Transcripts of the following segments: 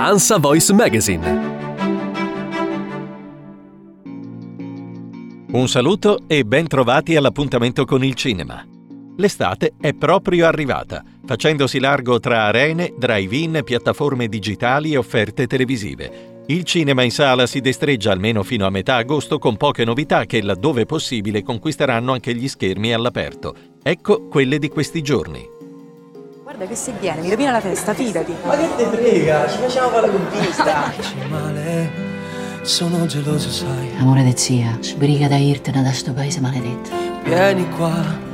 ANSA Voice Magazine. Un saluto e ben trovati all'appuntamento con il cinema. L'estate è proprio arrivata, facendosi largo tra arene, drive-in, piattaforme digitali e offerte televisive. Il cinema in sala si destreggia almeno fino a metà agosto con poche novità che, laddove possibile, conquisteranno anche gli schermi all'aperto. Ecco quelle di questi giorni. Guarda che se viene, mi rovina la testa, fidati. Ma che te frega, ci facciamo fare la compista. C'è male, sono geloso, sai. Amore de zia, sbriga da irtene da sto paese maledetto. Vieni qua.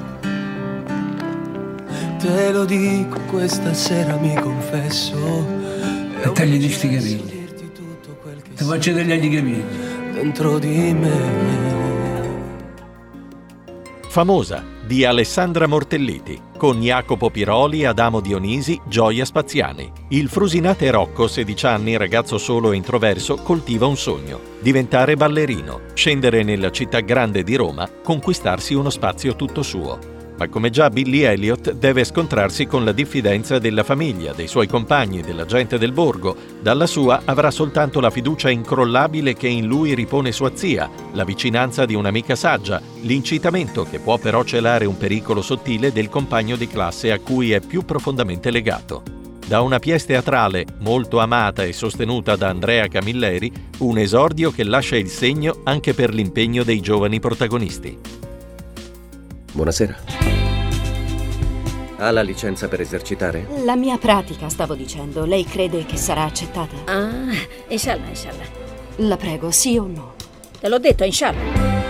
Te lo dico, questa sera mi confesso. E tagli di sti capelli. Ti faccio tagliare i capelli. Dentro di me. Famosa, di Alessandra Mortelliti, con Jacopo Piroli, Adamo Dionisi, Gioia Spaziani. Il frusinate Rocco, 16 anni, ragazzo solo e introverso, coltiva un sogno: diventare ballerino, scendere nella città grande di Roma, conquistarsi uno spazio tutto suo. Ma come già Billy Elliot deve scontrarsi con la diffidenza della famiglia, dei suoi compagni, della gente del borgo. Dalla sua avrà soltanto la fiducia incrollabile che in lui ripone sua zia, la vicinanza di un'amica saggia, l'incitamento che può però celare un pericolo sottile del compagno di classe a cui è più profondamente legato. Da una pièce teatrale molto amata e sostenuta da Andrea Camilleri, un esordio che lascia il segno anche per l'impegno dei giovani protagonisti. Buonasera. Ha la licenza per esercitare? La mia pratica, stavo dicendo. Lei crede che sarà accettata? Ah, inshallah. La prego, sì o no? Te l'ho detto, inshallah.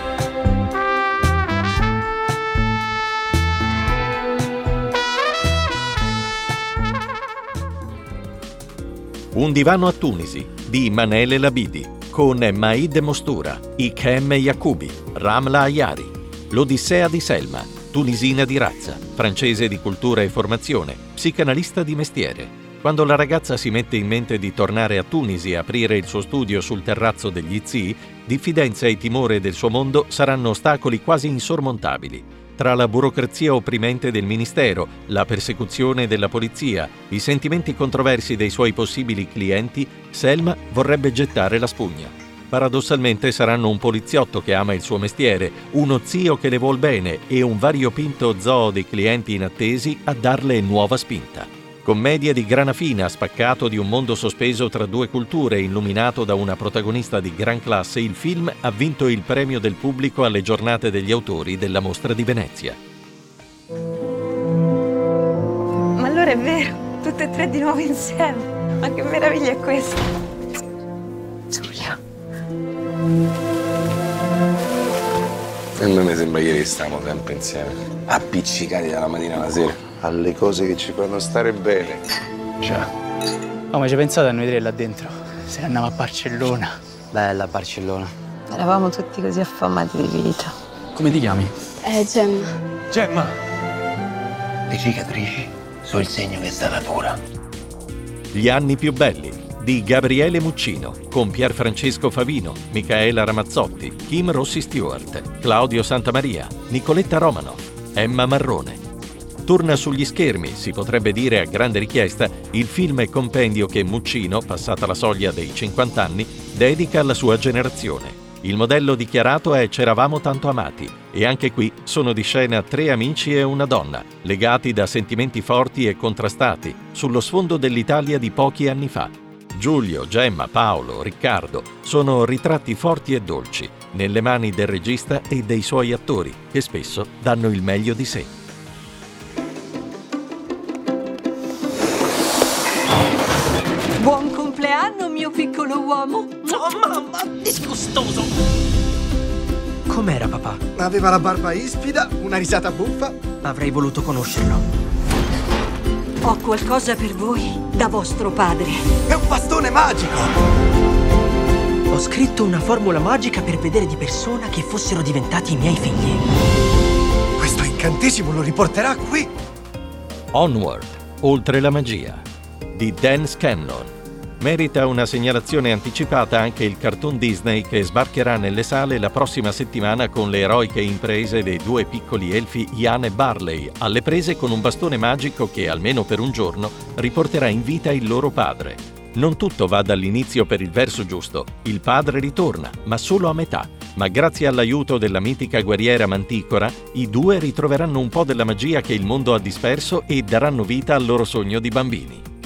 Un divano a Tunisi di Manele Labidi con Maid Mostura, Ikem Yacubi, Ramla Ayari. L'Odissea di Selma, tunisina di razza, francese di cultura e formazione, psicanalista di mestiere. Quando la ragazza si mette in mente di tornare a Tunisi e aprire il suo studio sul terrazzo degli zii, diffidenza e timore del suo mondo saranno ostacoli quasi insormontabili. Tra la burocrazia opprimente del ministero, la persecuzione della polizia, i sentimenti controversi dei suoi possibili clienti, Selma vorrebbe gettare la spugna. Paradossalmente saranno un poliziotto che ama il suo mestiere, uno zio che le vuol bene e un variopinto zoo di clienti inattesi a darle nuova spinta. Commedia di grana fina, spaccato di un mondo sospeso tra due culture, illuminato da una protagonista di gran classe, il film ha vinto il premio del pubblico alle giornate degli autori della Mostra di Venezia. Ma allora è vero, tutte e tre di nuovo insieme. Ma che meraviglia è questa? Giulia. A me mi sembra ieri stavamo sempre insieme, appiccicati dalla mattina alla sera, alle cose che ci fanno stare bene. Già. Oh, ma ci pensate a noi tre là dentro? Se ne andiamo a Barcellona. Bella Barcellona. Eravamo tutti così affamati di vita. Come ti chiami? Gemma. Gemma! Le cicatrici sono il segno che sta natura. Gli anni più belli di Gabriele Muccino, con Pierfrancesco Favino, Micaela Ramazzotti, Kim Rossi Stewart, Claudio Santamaria, Nicoletta Romanoff, Emma Marrone. Torna sugli schermi, si potrebbe dire a grande richiesta, il film e compendio che Muccino, passata la soglia dei 50 anni, dedica alla sua generazione. Il modello dichiarato è C'eravamo tanto amati, e anche qui sono di scena tre amici e una donna, legati da sentimenti forti e contrastati, sullo sfondo dell'Italia di pochi anni fa. Giulio, Gemma, Paolo, Riccardo sono ritratti forti e dolci, nelle mani del regista e dei suoi attori, che spesso danno il meglio di sé. Buon compleanno, mio piccolo uomo! Oh, mamma, disgustoso! Com'era, papà? Aveva la barba ispida, una risata buffa. Avrei voluto conoscerlo. Ho qualcosa per voi da vostro padre. È un bastone magico! Ho scritto una formula magica per vedere di persona che fossero diventati i miei figli. Questo incantesimo lo riporterà qui! Onward, oltre la magia, di Dan Scanlon. Merita una segnalazione anticipata anche il cartoon Disney che sbarcherà nelle sale la prossima settimana con le eroiche imprese dei due piccoli elfi Ian e Barley, alle prese con un bastone magico che, almeno per un giorno, riporterà in vita il loro padre. Non tutto va dall'inizio per il verso giusto. Il padre ritorna, ma solo a metà. Ma grazie all'aiuto della mitica guerriera Manticora, i due ritroveranno un po' della magia che il mondo ha disperso e daranno vita al loro sogno di bambini.